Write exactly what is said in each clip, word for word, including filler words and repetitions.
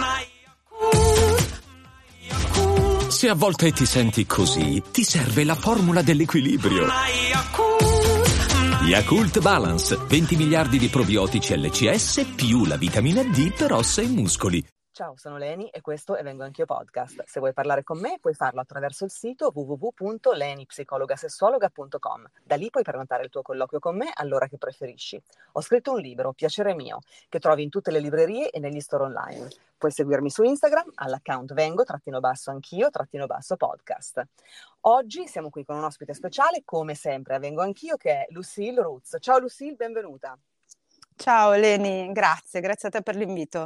Se a volte ti senti così, ti serve la formula dell'equilibrio. Yakult Balance, venti miliardi di probiotici L C S più la vitamina D per ossa e muscoli. Ciao, sono Leni e questo è Vengo Anch'io Podcast. Se vuoi parlare con me puoi farlo attraverso il sito w w w punto lenipsicologasessuologa punto com. Da lì puoi prenotare il tuo colloquio con me all'ora che preferisci. Ho scritto un libro, Piacere mio, che trovi in tutte le librerie e negli store online. Puoi seguirmi su Instagram all'account vengo trattino basso anch'io trattino basso podcast. Oggi siamo qui con un ospite speciale, come sempre a Vengo Anch'io, che è Lucille Roots. Ciao Lucille, benvenuta. Ciao Leni, grazie, grazie a te per l'invito.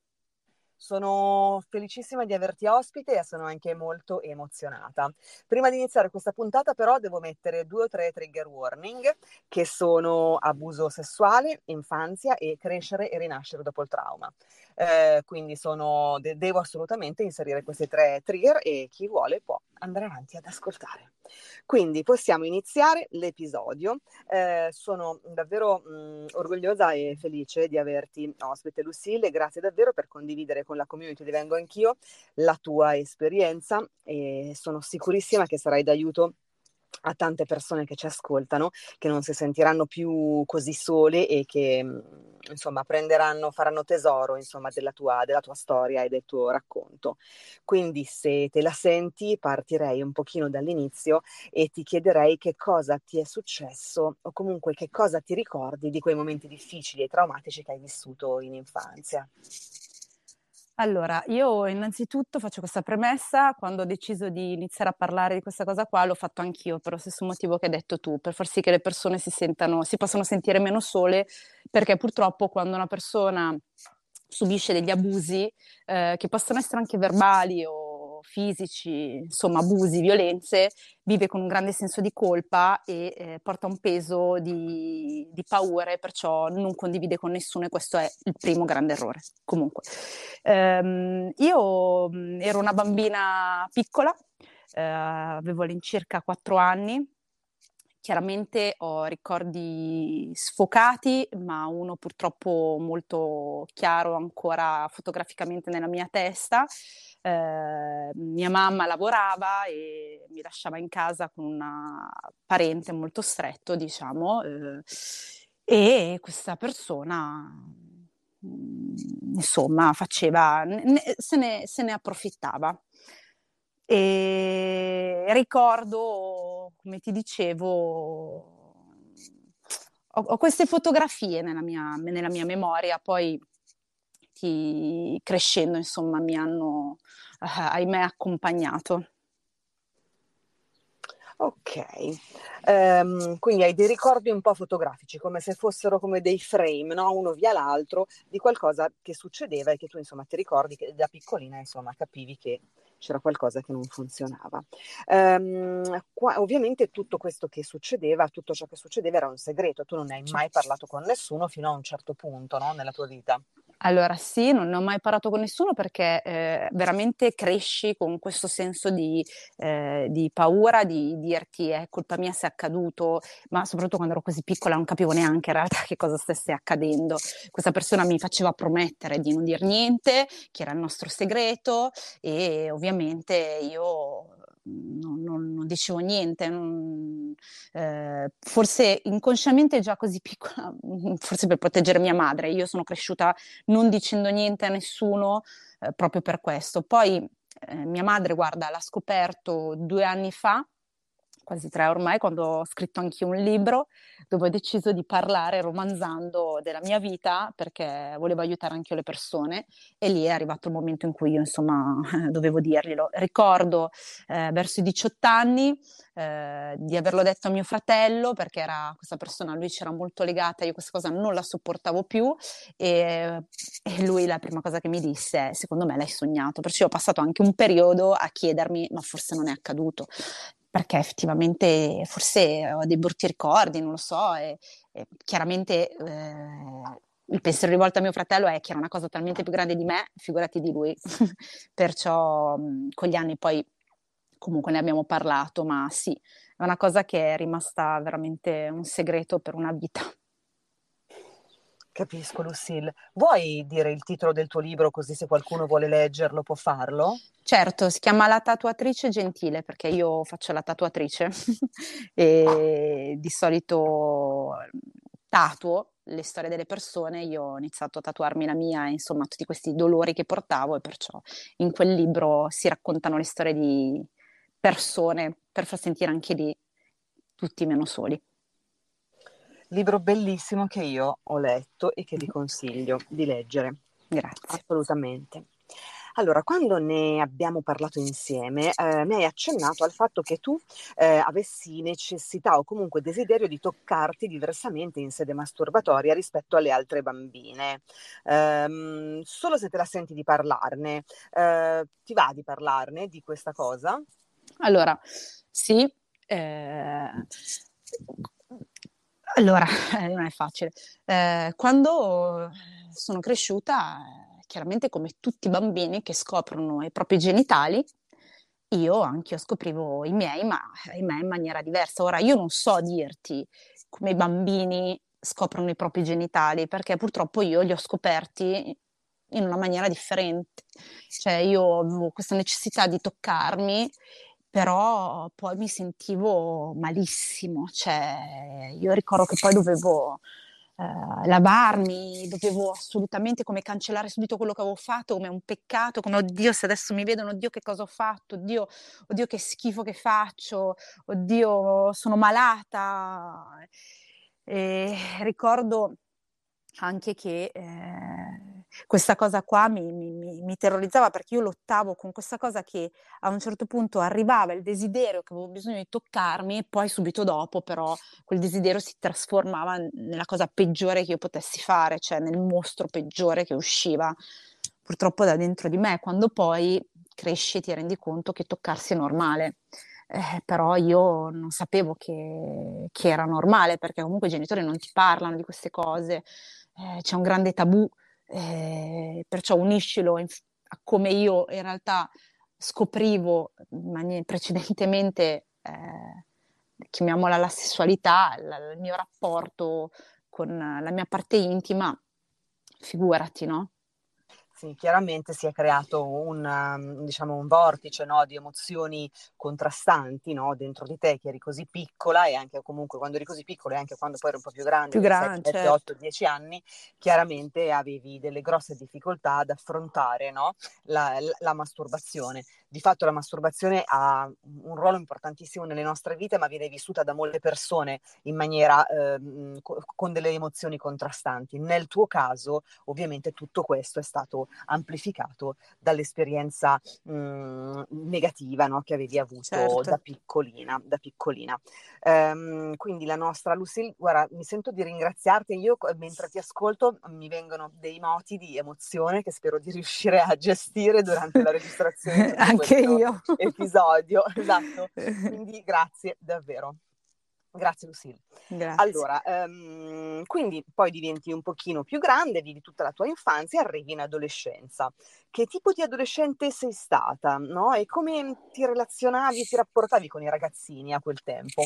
Sono felicissima di averti ospite e sono anche molto emozionata. Prima di iniziare questa puntata però devo mettere due o tre trigger warning, che sono abuso sessuale, infanzia e crescere e rinascere dopo il trauma. Eh, quindi sono, de- devo assolutamente inserire questi tre trigger e chi vuole può andare avanti ad ascoltare. Quindi possiamo iniziare l'episodio. Eh, sono davvero mh, orgogliosa e felice di averti ospite, Lucille. Grazie davvero per condividere con la community di Vengo Anch'io la tua esperienza e sono sicurissima che sarai d'aiuto a tante persone che ci ascoltano, che non si sentiranno più così sole e che insomma prenderanno, faranno tesoro insomma della tua, della tua storia e del tuo racconto. Quindi se te la senti partirei un pochino dall'inizio e ti chiederei che cosa ti è successo o comunque che cosa ti ricordi di quei momenti difficili e traumatici che hai vissuto in infanzia. Allora, io innanzitutto faccio questa premessa: quando ho deciso di iniziare a parlare di questa cosa qua l'ho fatto anch'io per lo stesso motivo che hai detto tu, per far sì che le persone si sentano, si possano sentire meno sole, perché purtroppo quando una persona subisce degli abusi, eh, che possono essere anche verbali o fisici, insomma abusi, violenze, vive con un grande senso di colpa e eh, porta un peso di, di paura e perciò non condivide con nessuno, e questo è il primo grande errore. Comunque, ehm, io mh, ero una bambina piccola, eh, avevo all'incirca quattro anni. Chiaramente ho ricordi sfocati, ma uno purtroppo molto chiaro ancora fotograficamente nella mia testa. Eh, mia mamma lavorava e mi lasciava in casa con una parente molto stretto, diciamo, eh, e questa persona, mh, insomma, faceva, ne- se ne, se ne approfittava. E ricordo, come ti dicevo, ho, ho queste fotografie nella mia, nella mia memoria, poi ti, crescendo, insomma, mi hanno, eh, ahimè, accompagnato. Ok, Ehm, quindi hai dei ricordi un po' fotografici, come se fossero come dei frame, no? Uno via l'altro, di qualcosa che succedeva e che tu insomma ti ricordi che da piccolina insomma capivi che c'era qualcosa che non funzionava. Ehm, qua, ovviamente tutto questo che succedeva, tutto ciò che succedeva era un segreto, tu non ne hai mai parlato con nessuno fino a un certo punto, no? Nella tua vita. Allora sì, non ne ho mai parlato con nessuno perché eh, veramente cresci con questo senso di, eh, di paura, di dirti è colpa mia se è accaduto, ma soprattutto quando ero così piccola non capivo neanche in realtà che cosa stesse accadendo. Questa persona mi faceva promettere di non dire niente, che era il nostro segreto, e ovviamente io non, non- non dicevo niente, non- eh, forse inconsciamente già così piccola, forse per proteggere mia madre. Io sono cresciuta non dicendo niente a nessuno, eh, proprio per questo. Poi eh, mia madre, guarda, l'ha scoperto due anni fa, quasi tre ormai, quando ho scritto anch'io un libro dove ho deciso di parlare romanzando della mia vita perché volevo aiutare anche io le persone, e lì è arrivato il momento in cui io insomma dovevo dirglielo. Ricordo eh, verso i diciotto anni eh, di averlo detto a mio fratello, perché era questa persona, lui c'era molto legata, io questa cosa non la sopportavo più, e, e lui la prima cosa che mi disse è: secondo me l'hai sognato. Perciò ho passato anche un periodo a chiedermi ma forse non è accaduto, perché effettivamente forse ho dei brutti ricordi, non lo so, e, e chiaramente eh, il pensiero rivolto a mio fratello è che era una cosa talmente più grande di me, figurati di lui. Perciò mh, con gli anni poi comunque ne abbiamo parlato, ma sì, è una cosa che è rimasta veramente un segreto per una vita. Capisco, Lucille. Vuoi dire il titolo del tuo libro così se qualcuno vuole leggerlo può farlo? Certo, si chiama La tatuatrice gentile perché io faccio la tatuatrice e di solito tatuo le storie delle persone. Io ho iniziato a tatuarmi la mia, insomma, tutti questi dolori che portavo e perciò in quel libro si raccontano le storie di persone per far sentire anche lì tutti meno soli. Libro bellissimo che io ho letto e che vi consiglio di leggere. Grazie. Assolutamente. Allora, quando ne abbiamo parlato insieme, eh, mi hai accennato al fatto che tu eh, avessi necessità o comunque desiderio di toccarti diversamente in sede masturbatoria rispetto alle altre bambine. Ehm, solo se te la senti di parlarne, eh, ti va di parlarne di questa cosa? Allora, sì, eh, allora, eh, non è facile. Eh, quando sono cresciuta, eh, chiaramente come tutti i bambini che scoprono i propri genitali, io anche io scoprivo i miei, ma i miei in maniera diversa. Ora, io non so dirti come i bambini scoprono i propri genitali, perché purtroppo io li ho scoperti in una maniera differente. Cioè, io avevo questa necessità di toccarmi, però poi mi sentivo malissimo. Cioè, io ricordo che poi dovevo eh, lavarmi, dovevo assolutamente come cancellare subito quello che avevo fatto, come un peccato, come oddio se adesso mi vedono, oddio che cosa ho fatto, oddio, oddio che schifo che faccio, oddio sono malata. E ricordo anche che eh, questa cosa qua mi, mi, mi terrorizzava perché io lottavo con questa cosa che a un certo punto arrivava il desiderio che avevo bisogno di toccarmi e poi subito dopo però quel desiderio si trasformava nella cosa peggiore che io potessi fare, cioè nel mostro peggiore che usciva purtroppo da dentro di me, quando poi cresci e ti rendi conto che toccarsi è normale. Eh, però io non sapevo che, che era normale perché comunque i genitori non ti parlano di queste cose, eh, c'è un grande tabù, eh, perciò uniscilo in, a come io in realtà scoprivo mani- precedentemente, eh, chiamiamola la sessualità, la, il mio rapporto con la mia parte intima, figurati, no? Sì, chiaramente si è creato un, um, diciamo, un vortice, no, di emozioni contrastanti, no, dentro di te che eri così piccola e anche comunque quando eri così piccola e anche quando poi eri un po' più grande, Più dei sei, grande, sette, certo. otto, dieci anni, chiaramente avevi delle grosse difficoltà ad affrontare, no, la, la, la masturbazione. Di fatto la masturbazione ha un ruolo importantissimo nelle nostre vite, ma viene vissuta da molte persone in maniera eh, con delle emozioni contrastanti. Nel tuo caso, ovviamente, tutto questo è stato amplificato dall'esperienza mh, negativa, no, che avevi avuto da Certo. piccolina. Da piccolina. Ehm, quindi la nostra Lucille, guarda, mi sento di ringraziarti. Io mentre ti ascolto mi vengono dei moti di emozione che spero di riuscire a gestire durante la registrazione di tutto Anche questo io. episodio. Esatto. Quindi grazie davvero. Grazie Lucille. Grazie. Allora, ehm, quindi poi diventi un pochino più grande, vivi tutta la tua infanzia e arrivi in adolescenza. Che tipo di adolescente sei stata, no? E come ti relazionavi e ti rapportavi con i ragazzini a quel tempo?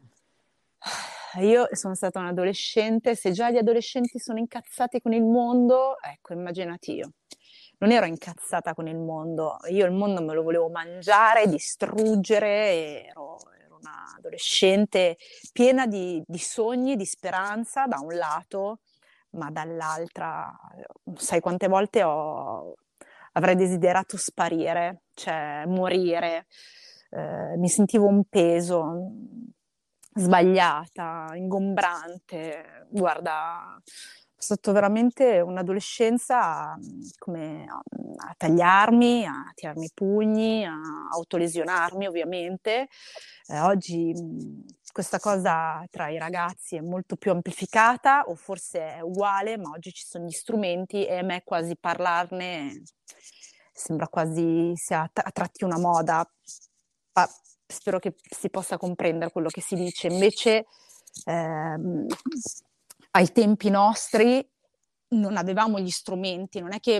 Io sono stata un'adolescente, se già gli adolescenti sono incazzati con il mondo, ecco, immaginati io. Non ero incazzata con il mondo, io il mondo me lo volevo mangiare, distruggere, ero, ero una adolescente piena di, di sogni, di speranza da un lato, ma dall'altra, sai quante volte ho, avrei desiderato sparire, cioè morire, eh, mi sentivo un peso, sbagliata, ingombrante. Guarda, è stata veramente un'adolescenza come a, a tagliarmi, a tirarmi i pugni, a autolesionarmi ovviamente. Eh, oggi mh, questa cosa tra i ragazzi è molto più amplificata o forse è uguale, ma oggi ci sono gli strumenti e a me quasi parlarne sembra quasi sia a tratti una moda. Pa- spero che si possa comprendere quello che si dice. Invece, ehm, ai tempi nostri non avevamo gli strumenti, non è che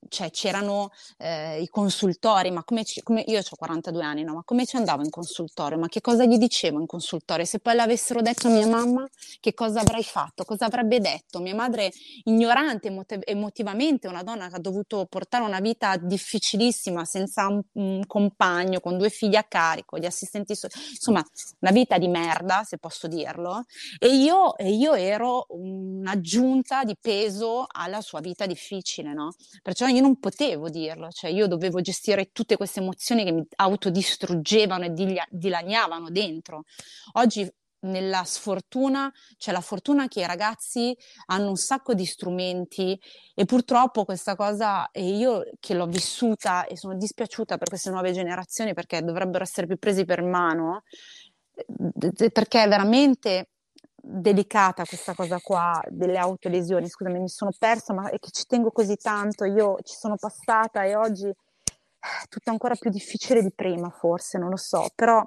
cioè c'erano eh, i consultori, ma come, ci- come io ho quarantadue anni, no? Ma come ci andavo in consultorio? Ma che cosa gli dicevo in consultorio? Se poi l'avessero detto a mia mamma, che cosa avrei fatto? Cosa avrebbe detto? Mia madre, ignorante emote- emotivamente, una donna che ha dovuto portare una vita difficilissima, senza un, un compagno, con due figli a carico, gli assistenti, so- insomma, una vita di merda, se posso dirlo. E io, e io ero un'aggiunta di peso alla sua vita difficile, no? Perciò io non potevo dirlo, cioè io dovevo gestire tutte queste emozioni che mi autodistruggevano e diglia- dilaniavano dentro. Oggi nella sfortuna c'è la fortuna che i ragazzi hanno un sacco di strumenti e purtroppo questa cosa, e io che l'ho vissuta e sono dispiaciuta per queste nuove generazioni perché dovrebbero essere più presi per mano, eh, perché è veramente delicata questa cosa qua delle autolesioni. Scusami, mi sono persa, ma è che ci tengo così tanto. Io ci sono passata e oggi è tutto ancora più difficile di prima, forse, non lo so, però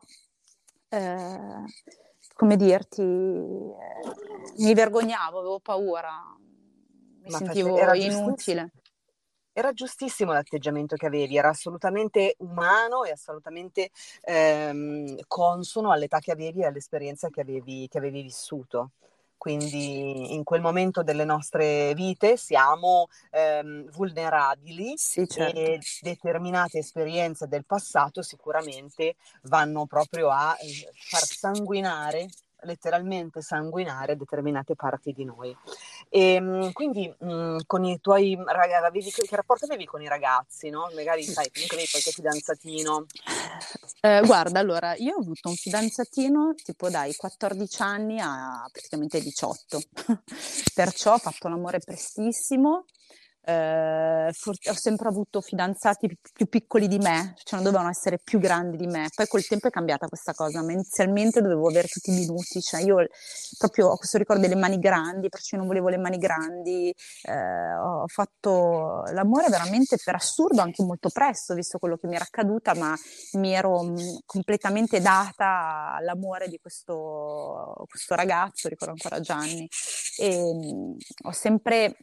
eh, come dirti, eh, mi vergognavo, avevo paura, mi Ma face- sentivo era giustissimo. inutile. Era giustissimo l'atteggiamento che avevi, era assolutamente umano e assolutamente ehm, consono all'età che avevi e all'esperienza che avevi, che avevi vissuto. Quindi in quel momento delle nostre vite siamo ehm, vulnerabili Sì, certo. e determinate esperienze del passato sicuramente vanno proprio a eh, far sanguinare, letteralmente sanguinare determinate parti di noi. E mh, quindi mh, con i tuoi ragazzi, avevi, che rapporto avevi con i ragazzi, no? Magari sai, comunque avevi qualche fidanzatino. Eh, guarda, allora, io ho avuto un fidanzatino tipo dai quattordici anni a praticamente diciotto, perciò ho fatto l'amore prestissimo. Eh, for- ho sempre avuto fidanzati più, più piccoli di me, cioè non dovevano essere più grandi di me. Poi col tempo è cambiata questa cosa, ma inizialmente dovevo avere tutti i minuti, cioè io proprio ho questo ricordo delle mani grandi, perciò io non volevo le mani grandi. Eh, ho fatto l'amore veramente per assurdo anche molto presto, visto quello che mi era accaduta, ma mi ero mh, completamente data all'amore di questo, questo ragazzo, ricordo ancora Gianni, e mh, ho sempre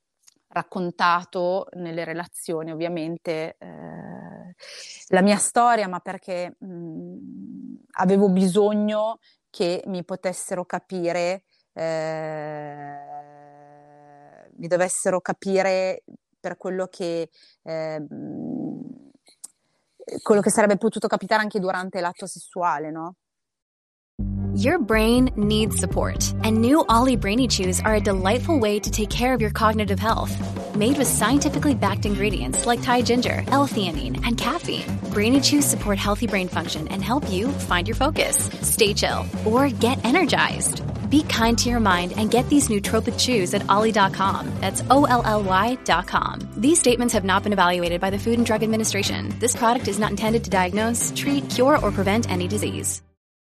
raccontato nelle relazioni ovviamente eh, la mia storia, ma perché mh, avevo bisogno che mi potessero capire, eh, mi dovessero capire per quello che eh, quello che sarebbe potuto capitare anche durante l'atto sessuale, no? Your brain needs support, and new Ollie Brainy Chews are a delightful way to take care of your cognitive health. Made with scientifically backed ingredients like Thai ginger, L-theanine, and caffeine, Brainy Chews support healthy brain function and help you find your focus, stay chill, or get energized. Be kind to your mind and get these nootropic chews at ollie dot com. That's O L L Y dot com. These statements have not been evaluated by the Food and Drug Administration. This product is not intended to diagnose, treat, cure, or prevent any disease.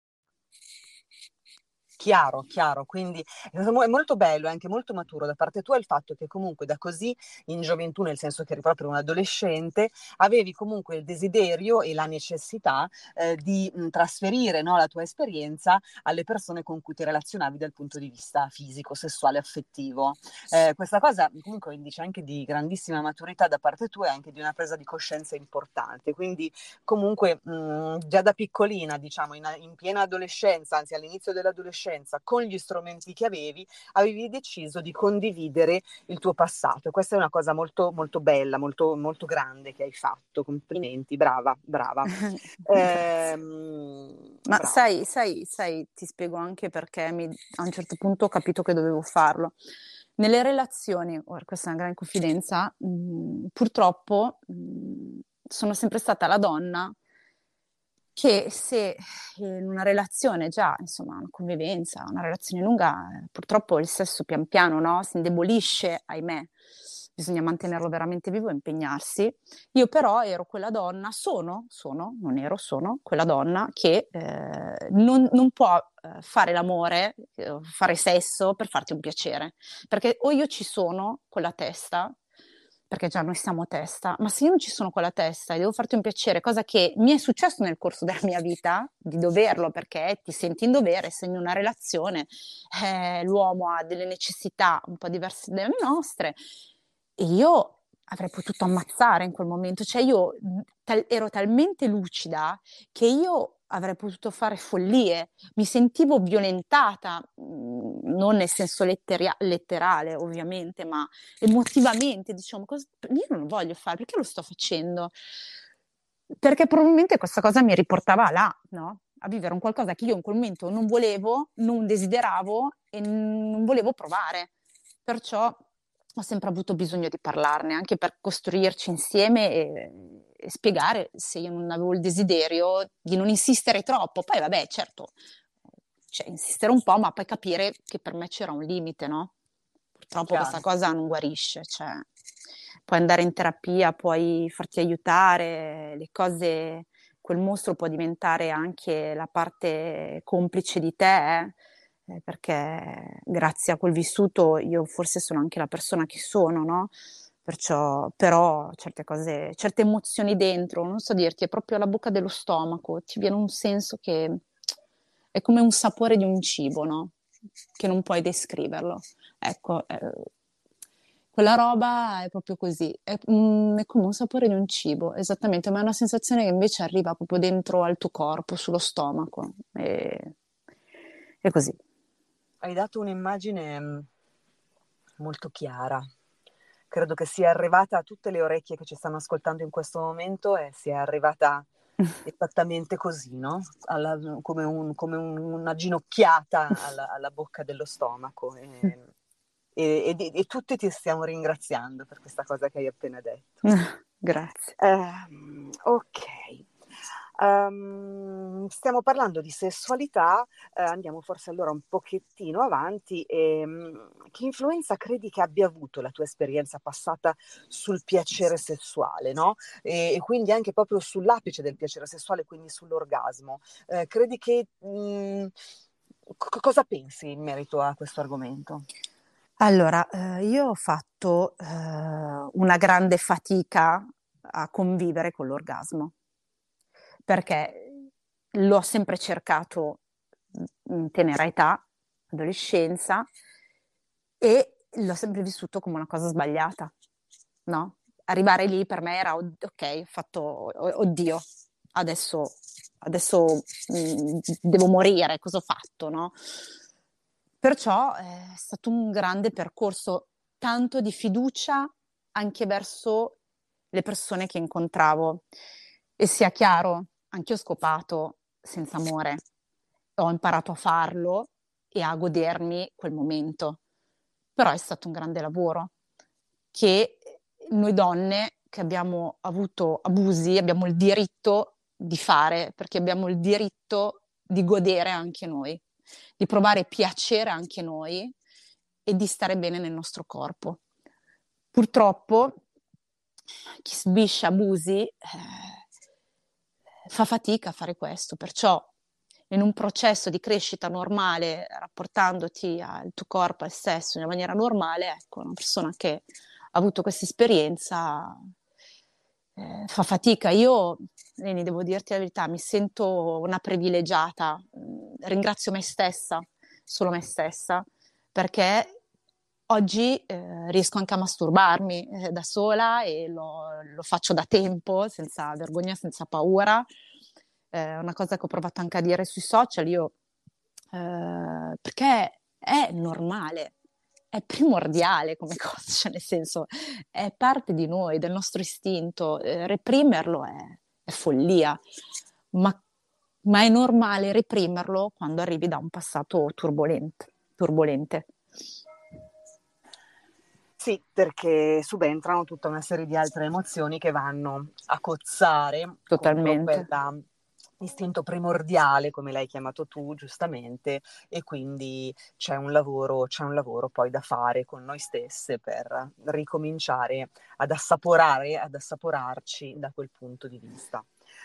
Chiaro, chiaro, quindi è mo- è molto bello e anche molto maturo da parte tua il fatto che comunque da così in gioventù, nel senso che eri proprio un adolescente, avevi comunque il desiderio e la necessità eh, di mh, trasferire, no, la tua esperienza alle persone con cui ti relazionavi dal punto di vista fisico, sessuale, affettivo. Eh, questa cosa comunque indice anche di grandissima maturità da parte tua e anche di una presa di coscienza importante. Quindi comunque mh, già da piccolina, diciamo, in, in piena adolescenza, anzi all'inizio dell'adolescenza, con gli strumenti che avevi, avevi deciso di condividere il tuo passato. E questa è una cosa molto, molto bella, molto, molto grande che hai fatto. Complimenti, brava, brava. Ehm, Ma brava. sai, sai, sai, ti spiego anche perché mi- a un certo punto ho capito che dovevo farlo. Nelle relazioni, ora questa è una grande confidenza, mh, purtroppo mh, sono sempre stata la donna che se in una relazione già, insomma, una convivenza, una relazione lunga, eh, purtroppo il sesso pian piano, no, si indebolisce, ahimè, bisogna mantenerlo veramente vivo e impegnarsi. Io però ero quella donna, sono, sono, non ero, sono quella donna che eh, non, non può eh, fare l'amore, eh, fare sesso per farti un piacere, perché o io ci sono con la testa, perché già noi siamo testa, ma se io non ci sono con la testa e devo farti un piacere, cosa che mi è successo nel corso della mia vita, di doverlo, perché ti senti in dovere, sei in una relazione, eh, l'uomo ha delle necessità un po' diverse dalle nostre, e io avrei potuto ammazzare in quel momento, cioè io tal- ero talmente lucida che io avrei potuto fare follie, mi sentivo violentata, mh, non nel senso letteria- letterale ovviamente, ma emotivamente, diciamo, cosa- io non lo voglio fare, perché lo sto facendo? Perché probabilmente questa cosa mi riportava là, no? A vivere un qualcosa che io in quel momento non volevo, non desideravo e non volevo provare. Perciò ho sempre avuto bisogno di parlarne, anche per costruirci insieme e, e spiegare se io non avevo il desiderio di non insistere troppo. Poi vabbè, certo, cioè, insistere un po', ma poi capire che per me c'era un limite, no? Purtroppo questa Chiaro. cosa non guarisce, cioè puoi andare in terapia, puoi farti aiutare, le cose, quel mostro può diventare anche la parte complice di te, eh, eh, perché grazie a quel vissuto io forse sono anche la persona che sono, no? Perciò, però certe cose, certe emozioni dentro, non so dirti, è proprio alla bocca dello stomaco, ti viene un senso che è come un sapore di un cibo, no? Che non puoi descriverlo. Ecco, eh, quella roba è proprio così, è, mm, è come un sapore di un cibo, esattamente, ma è una sensazione che invece arriva proprio dentro al tuo corpo, sullo stomaco, e, è così. Hai dato un'immagine mh, molto chiara. Credo che sia arrivata a tutte le orecchie che ci stanno ascoltando in questo momento e sia arrivata esattamente così, no? Alla- come, un- come un- una ginocchiata alla, alla bocca dello stomaco. E, e- e- e tutti ti stiamo ringraziando per questa cosa che hai appena detto. Grazie. Ehm, ok. Ehm, stiamo parlando di sessualità, eh, andiamo forse allora un pochettino avanti. Ehm, che influenza credi che abbia avuto la tua esperienza passata sul piacere sessuale, no? E, e quindi anche proprio sull'apice del piacere sessuale, quindi sull'orgasmo. Eh, credi che... mh, co- cosa pensi in merito a questo argomento? Allora, eh, io ho fatto eh, una grande fatica a convivere con l'orgasmo, perché l'ho sempre cercato in tenera età, adolescenza, e l'ho sempre vissuto come una cosa sbagliata, no? Arrivare lì per me era, od- ok, ho fatto, o- oddio, adesso, adesso mh, devo morire, cosa ho fatto, no? Perciò eh, è stato un grande percorso, tanto di fiducia anche verso le persone che incontravo. E sia chiaro, anche io ho scopato senza amore, ho imparato a farlo e a godermi quel momento. Però è stato un grande lavoro che noi donne che abbiamo avuto abusi abbiamo il diritto di fare, perché abbiamo il diritto di godere anche noi, di provare piacere anche noi e di stare bene nel nostro corpo. Purtroppo chi subisce abusi eh, fa fatica a fare questo, perciò in un processo di crescita normale, rapportandoti al tuo corpo, al sesso in una maniera normale, ecco, una persona che ha avuto questa esperienza eh, fa fatica. Io, Leni, devo dirti la verità, mi sento una privilegiata, mm, ringrazio me stessa, solo me stessa, perché oggi eh, riesco anche a masturbarmi eh, da sola e lo, lo faccio da tempo, senza vergogna, senza paura. È una cosa che ho provato anche a dire sui social, io, eh, perché è normale, è primordiale come cosa, cioè nel senso è parte di noi, del nostro istinto, eh, reprimerlo è, è follia, ma, ma è normale reprimerlo quando arrivi da un passato turbolente. turbolente. Sì, perché subentrano tutta una serie di altre emozioni che vanno a cozzare contro Totalmente. quella istinto primordiale, come l'hai chiamato tu giustamente, e quindi c'è un lavoro, c'è un lavoro poi da fare con noi stesse per ricominciare ad assaporare, ad assaporarci da quel punto di vista.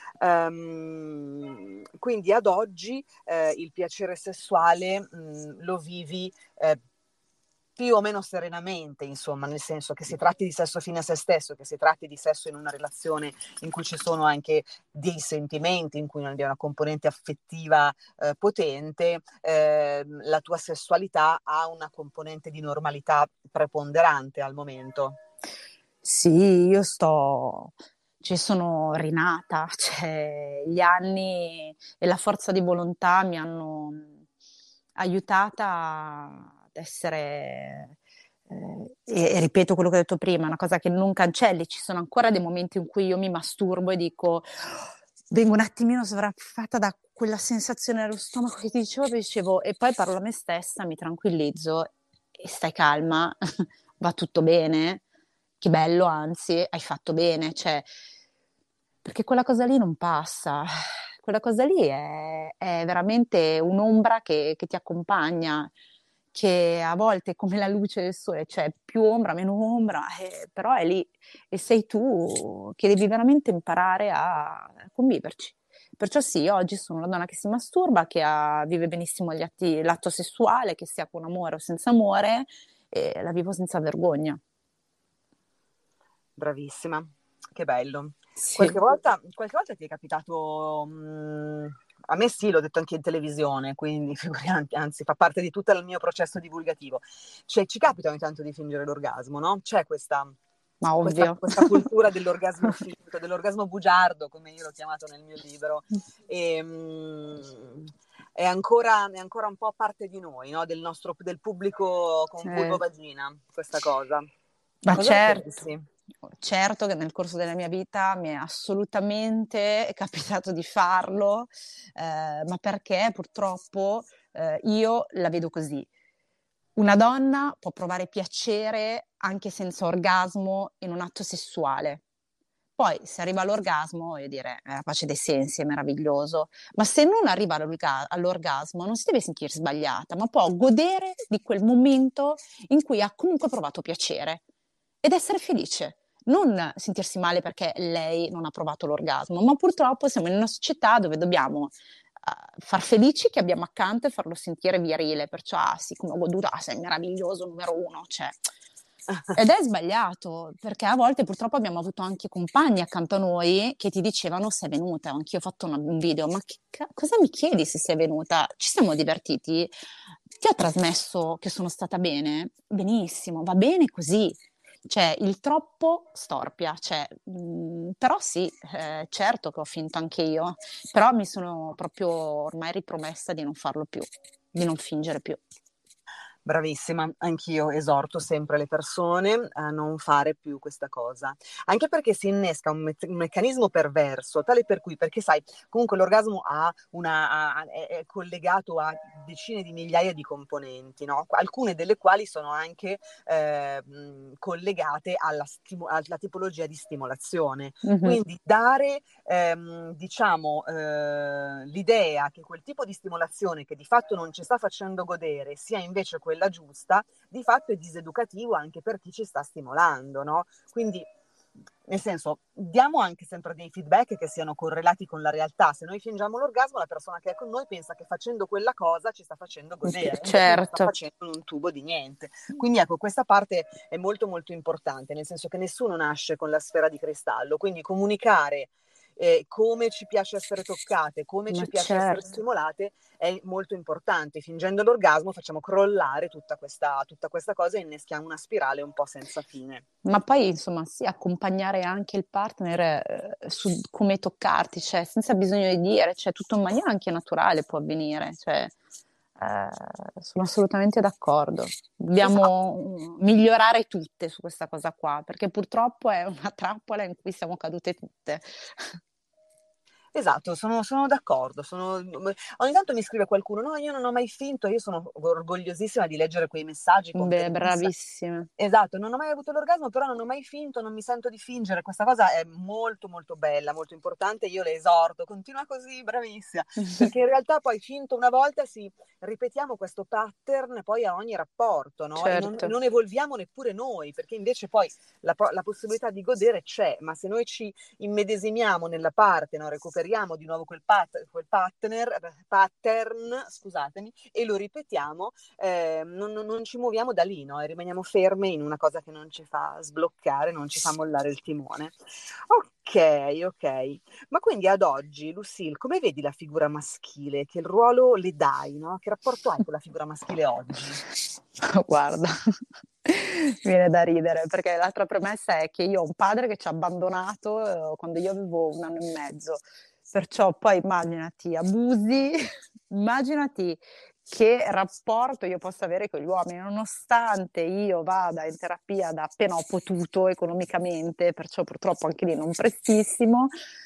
Um, quindi ad oggi eh, il piacere sessuale mh, lo vivi eh, più o meno serenamente, insomma, nel senso che si tratti di sesso fine a se stesso, che si tratti di sesso in una relazione in cui ci sono anche dei sentimenti, in cui non vi è una componente affettiva eh, potente, eh, la tua sessualità ha una componente di normalità preponderante al momento. Sì, io sto, ci sono rinata, cioè gli anni e la forza di volontà mi hanno aiutata ad essere, eh, e, e ripeto quello che ho detto prima, una cosa che non cancelli, ci sono ancora dei momenti in cui io mi masturbo e dico, vengo un attimino sopraffatta da quella sensazione nello stomaco che ti dicevo, e dicevo, e poi parlo a me stessa, mi tranquillizzo e stai calma, va tutto bene, che bello, anzi, hai fatto bene, cioè, perché quella cosa lì non passa, quella cosa lì è, è veramente un'ombra che, che ti accompagna, che a volte è come la luce del sole, cioè più ombra, meno ombra, eh, però è lì e sei tu che devi veramente imparare a conviverci. Perciò sì, oggi sono una donna che si masturba, che ha- vive benissimo gli atti, l'atto sessuale, che sia con amore o senza amore, e la vivo senza vergogna. Bravissima, che bello. Sì. Qualche volta, qualche volta ti è capitato, mh, a me sì, l'ho detto anche in televisione, quindi figuriamoci, anzi fa parte di tutto il mio processo divulgativo. Cioè, ci capita ogni tanto di fingere l'orgasmo, no? C'è questa, Ma questa, ovvio. questa cultura dell'orgasmo finto, dell'orgasmo bugiardo, come io l'ho chiamato nel mio libro. E, mh, è ancora, è ancora un po' parte di noi, no? Del nostro, del pubblico con vulvo Eh, vagina, questa cosa. ma Cosa ne certo, pensi? certo che nel corso della mia vita mi è assolutamente capitato di farlo, eh, ma perché purtroppo eh, io la vedo così. Una donna può provare piacere anche senza orgasmo in un atto sessuale. Poi, se arriva all'orgasmo, voglio dire, è la pace dei sensi, è meraviglioso. Ma se non arriva all'orga- all'orgasmo, non si deve sentire sbagliata, ma può godere di quel momento in cui ha comunque provato piacere ed essere felice. Non sentirsi male perché lei non ha provato l'orgasmo, ma purtroppo siamo in una società dove dobbiamo uh, far felici chi abbiamo accanto e farlo sentire virile. Perciò, ah, sì, come ho goduto, ah, sei meraviglioso, numero uno, cioè. Ed è sbagliato, perché a volte purtroppo abbiamo avuto anche compagni accanto a noi che ti dicevano sei venuta, anch'io ho fatto una- un video, ma che ca- cosa mi chiedi se sei venuta? Ci siamo divertiti? Ti ho trasmesso che sono stata bene? Benissimo, va bene così. Cioè, il troppo storpia, cioè, mh, però sì, eh, certo che ho finto anche io, però mi sono proprio ormai ripromessa di non farlo più, di non fingere più. Bravissima, anch'io esorto sempre le persone a non fare più questa cosa, anche perché si innesca un, me- un meccanismo perverso, tale per cui, perché sai, comunque l'orgasmo ha una, ha- è, è collegato a decine di migliaia di componenti, no? Alcune delle quali sono anche eh, mh, collegate alla, stimo- alla tipologia di stimolazione. Mhm. Quindi dare, ehm, diciamo, eh, l'idea che quel tipo di stimolazione che di fatto non ci sta facendo godere sia invece quella giusta, di fatto è diseducativo anche per chi ci sta stimolando, no? Quindi, nel senso, diamo anche sempre dei feedback che siano correlati con la realtà. Se noi fingiamo l'orgasmo, la persona che è con noi pensa che facendo quella cosa ci sta facendo godere, invece non sta Certo. facendo un tubo di niente. Quindi ecco, questa parte è molto molto importante, nel senso che nessuno nasce con la sfera di cristallo, quindi comunicare eh, come ci piace essere toccate, come Ma ci piace essere certo. stimolate è molto importante. Fingendo l'orgasmo facciamo crollare tutta questa, tutta questa cosa e inneschiamo una spirale un po' senza fine. Ma poi, insomma, sì, accompagnare anche il partner eh, su come toccarti, cioè, senza bisogno di dire, cioè, tutto in maniera anche naturale può avvenire, cioè, eh, sono assolutamente d'accordo. Esatto. Dobbiamo mm, migliorare tutte su questa cosa qua, perché purtroppo è una trappola in cui siamo cadute tutte. Esatto, sono, sono d'accordo. Sono... Ogni tanto mi scrive qualcuno: no, io non ho mai finto. Io sono orgogliosissima di leggere quei messaggi con Beh, periodista. bravissime. Esatto, non ho mai avuto l'orgasmo, però non ho mai finto, non mi sento di fingere. Questa cosa è molto molto bella, molto importante. Io le esorto, continua così, bravissima, perché in realtà poi finto una volta si ripetiamo questo pattern poi a ogni rapporto, no? E non, Certo. non evolviamo neppure noi, perché invece poi la, la possibilità di godere c'è, ma se noi ci immedesimiamo nella parte, no? Recuperiamo di nuovo quel, pat- quel partner, pattern, scusatemi, e lo ripetiamo, eh, non, non, non ci muoviamo da lì, no? E rimaniamo ferme in una cosa che non ci fa sbloccare, non ci fa mollare il timone. Ok, ok. Ma quindi ad oggi, Lucille, come vedi la figura maschile? Che ruolo le dai, no? Che rapporto hai con la figura maschile oggi? Guarda, Mi viene da ridere perché l'altra premessa è che io ho un padre che ci ha abbandonato eh, quando io avevo un anno e mezzo, perciò poi immaginati abusi, immaginati che rapporto io possa avere con gli uomini, nonostante io vada in terapia da appena ho potuto economicamente, perciò purtroppo anche lì non prestissimo,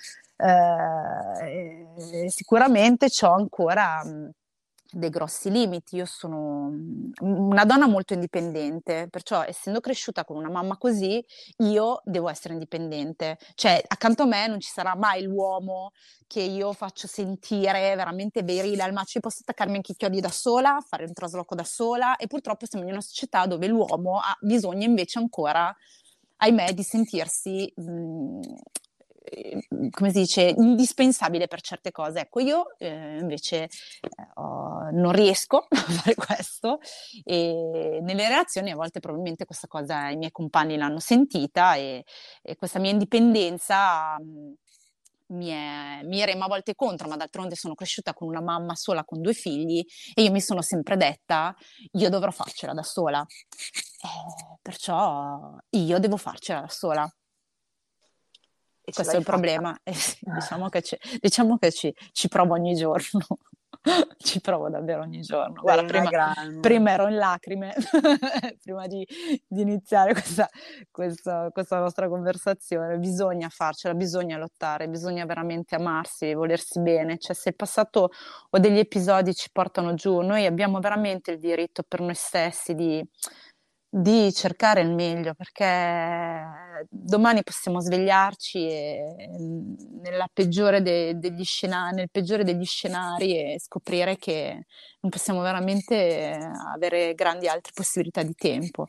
eh, sicuramente c'ho ancora mh, dei grossi limiti. Io sono mh, una donna molto indipendente, perciò essendo cresciuta con una mamma così, io devo essere indipendente. Cioè, accanto a me non ci sarà mai l'uomo che io faccio sentire veramente virile al macio. Io posso attaccarmi anche i chiodi da sola, fare un trasloco da sola, e purtroppo siamo in una società dove l'uomo ha bisogno invece ancora, ahimè, di sentirsi, mh, eh, come si dice, indispensabile per certe cose. Ecco, io eh, invece eh, ho- non riesco a fare questo, e nelle relazioni a volte probabilmente questa cosa i miei compagni l'hanno sentita, e, e questa mia indipendenza mh, mi, è, mi rema a volte contro, ma d'altronde sono cresciuta con una mamma sola con due figli e io mi sono sempre detta io dovrò farcela da sola. Eh, perciò io devo farcela da sola. E ce Questo è l'hai il fatta. problema. Eh sì, diciamo che, ci, diciamo che ci, ci provo ogni giorno. Ci provo davvero ogni giorno. Sei Guarda, una prima, grande. prima ero in lacrime, prima di, di iniziare questa, questa, questa nostra conversazione. Bisogna farcela, bisogna lottare, bisogna veramente amarsi, volersi bene. Cioè, se il passato o degli episodi ci portano giù, noi abbiamo veramente il diritto per noi stessi di di cercare il meglio, perché domani possiamo svegliarci e, nella peggiore de- degli scenari, nel peggiore degli scenari, e scoprire che non possiamo veramente avere grandi altre possibilità di tempo.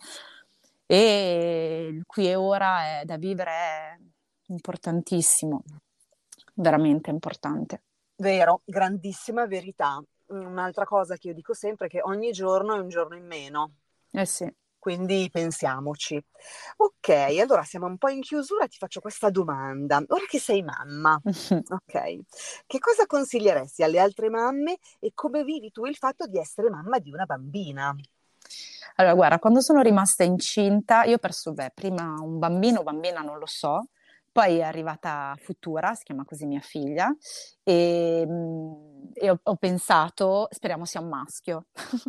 E il qui e ora è da vivere, è importantissimo, veramente importante. Vero, grandissima verità. Un'altra cosa che io dico sempre è che ogni giorno è un giorno in meno. Eh sì. Quindi pensiamoci. Ok, allora siamo un po' in chiusura, ti faccio questa domanda. Ora che sei mamma, ok, che cosa consiglieresti alle altre mamme e come vivi tu il fatto di essere mamma di una bambina? Allora, guarda, quando sono rimasta incinta, io ho perso, beh, prima un bambino o bambina, non lo so, poi è arrivata Futura, si chiama così mia figlia, e, mh, e ho, ho pensato, speriamo sia un maschio.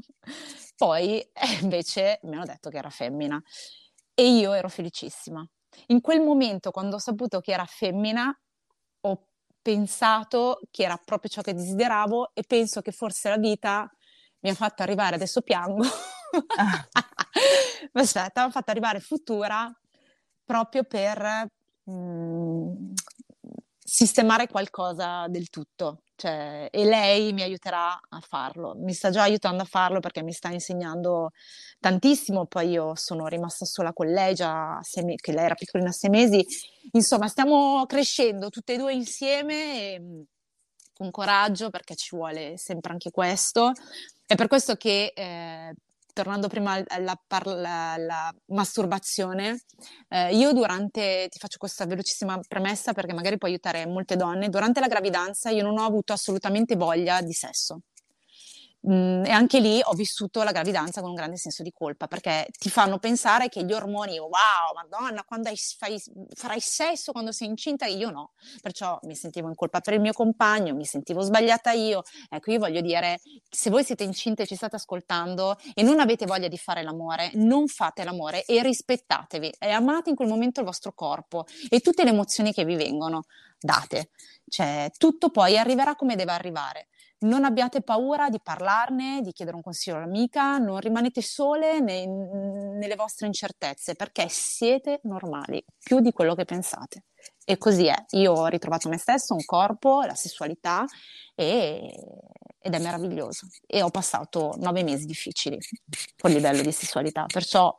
Poi eh, invece mi hanno detto che era femmina e io ero felicissima. In quel momento, quando ho saputo che era femmina, ho pensato che era proprio ciò che desideravo, e penso che forse la vita mi ha fatto arrivare, adesso piango, Ah, aspetta, mi ha fatto arrivare Futura proprio per mh, sistemare qualcosa del tutto. Cioè, e lei mi aiuterà a farlo, mi sta già aiutando a farlo perché mi sta insegnando tantissimo. Poi io sono rimasta sola con lei già a sei mesi, che lei era piccolina a sei mesi. Insomma, stiamo crescendo tutte e due insieme, e, mh, con coraggio, perché ci vuole sempre anche questo. È per questo che, eh, tornando prima alla, alla, alla masturbazione, eh, io durante, ti faccio questa velocissima premessa perché magari può aiutare molte donne, durante la gravidanza io non ho avuto assolutamente voglia di sesso. Mm, e anche lì ho vissuto la gravidanza con un grande senso di colpa, perché ti fanno pensare che gli ormoni, wow, Madonna, quando hai, fai, farai sesso quando sei incinta, io no. Perciò mi sentivo in colpa per il mio compagno, mi sentivo sbagliata io. Ecco, io voglio dire, se voi siete incinte e ci state ascoltando e non avete voglia di fare l'amore, non fate l'amore e rispettatevi e amate in quel momento il vostro corpo e tutte le emozioni che vi vengono date. Cioè, tutto poi arriverà come deve arrivare. Non abbiate paura di parlarne, di chiedere un consiglio all'amica, non rimanete sole nei, nelle vostre incertezze, perché siete normali, più di quello che pensate. E così è. Io ho ritrovato me stesso, un corpo, la sessualità, e, ed è meraviglioso. E ho passato nove mesi difficili con il livello di sessualità, perciò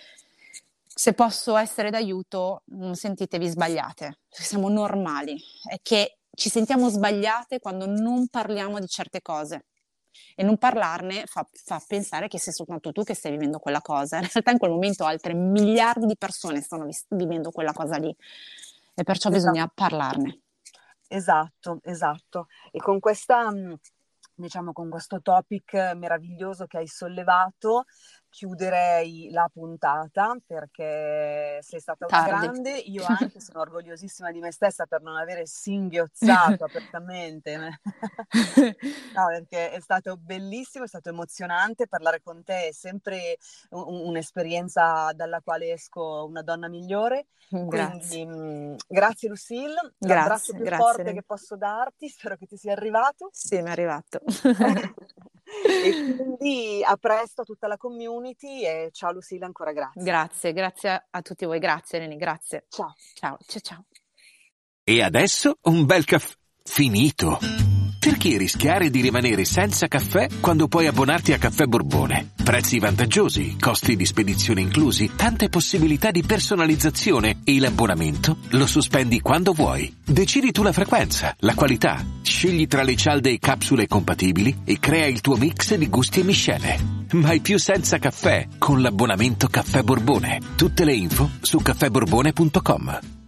se posso essere d'aiuto, non sentitevi sbagliate, siamo normali, è che ci sentiamo sbagliate quando non parliamo di certe cose, e non parlarne fa, fa pensare che sei soltanto tu che stai vivendo quella cosa. In realtà in quel momento altre miliardi di persone stanno vis- vivendo quella cosa lì, e perciò esatto. bisogna parlarne. Esatto, esatto. E con questa, mh, diciamo, con questo topic meraviglioso che hai sollevato, chiuderei la puntata perché sei stata una Tardi. grande, io anche sono orgogliosissima di me stessa per non avere singhiozzato apertamente, no, perché è stato bellissimo, è stato emozionante parlare con te, è sempre un- un'esperienza dalla quale esco una donna migliore. Grazie. Quindi mh, grazie Lucille, l'abbraccio Grazie, più grazie. forte che posso darti, spero che ti sia arrivato. Sì, mi è arrivato. E quindi a presto a tutta la community e ciao Lucille, ancora grazie. Grazie, grazie a tutti voi. Grazie Eleni, grazie. Ciao. Ciao, ciao, ciao. E adesso un bel caffè finito. Perché rischiare di rimanere senza caffè quando puoi abbonarti a Caffè Borbone? Prezzi vantaggiosi, costi di spedizione inclusi, tante possibilità di personalizzazione e l'abbonamento lo sospendi quando vuoi. Decidi tu la frequenza, la qualità, scegli tra le cialde e capsule compatibili e crea il tuo mix di gusti e miscele. Mai più senza caffè con l'abbonamento Caffè Borbone. Tutte le info su caffè borbone punto com.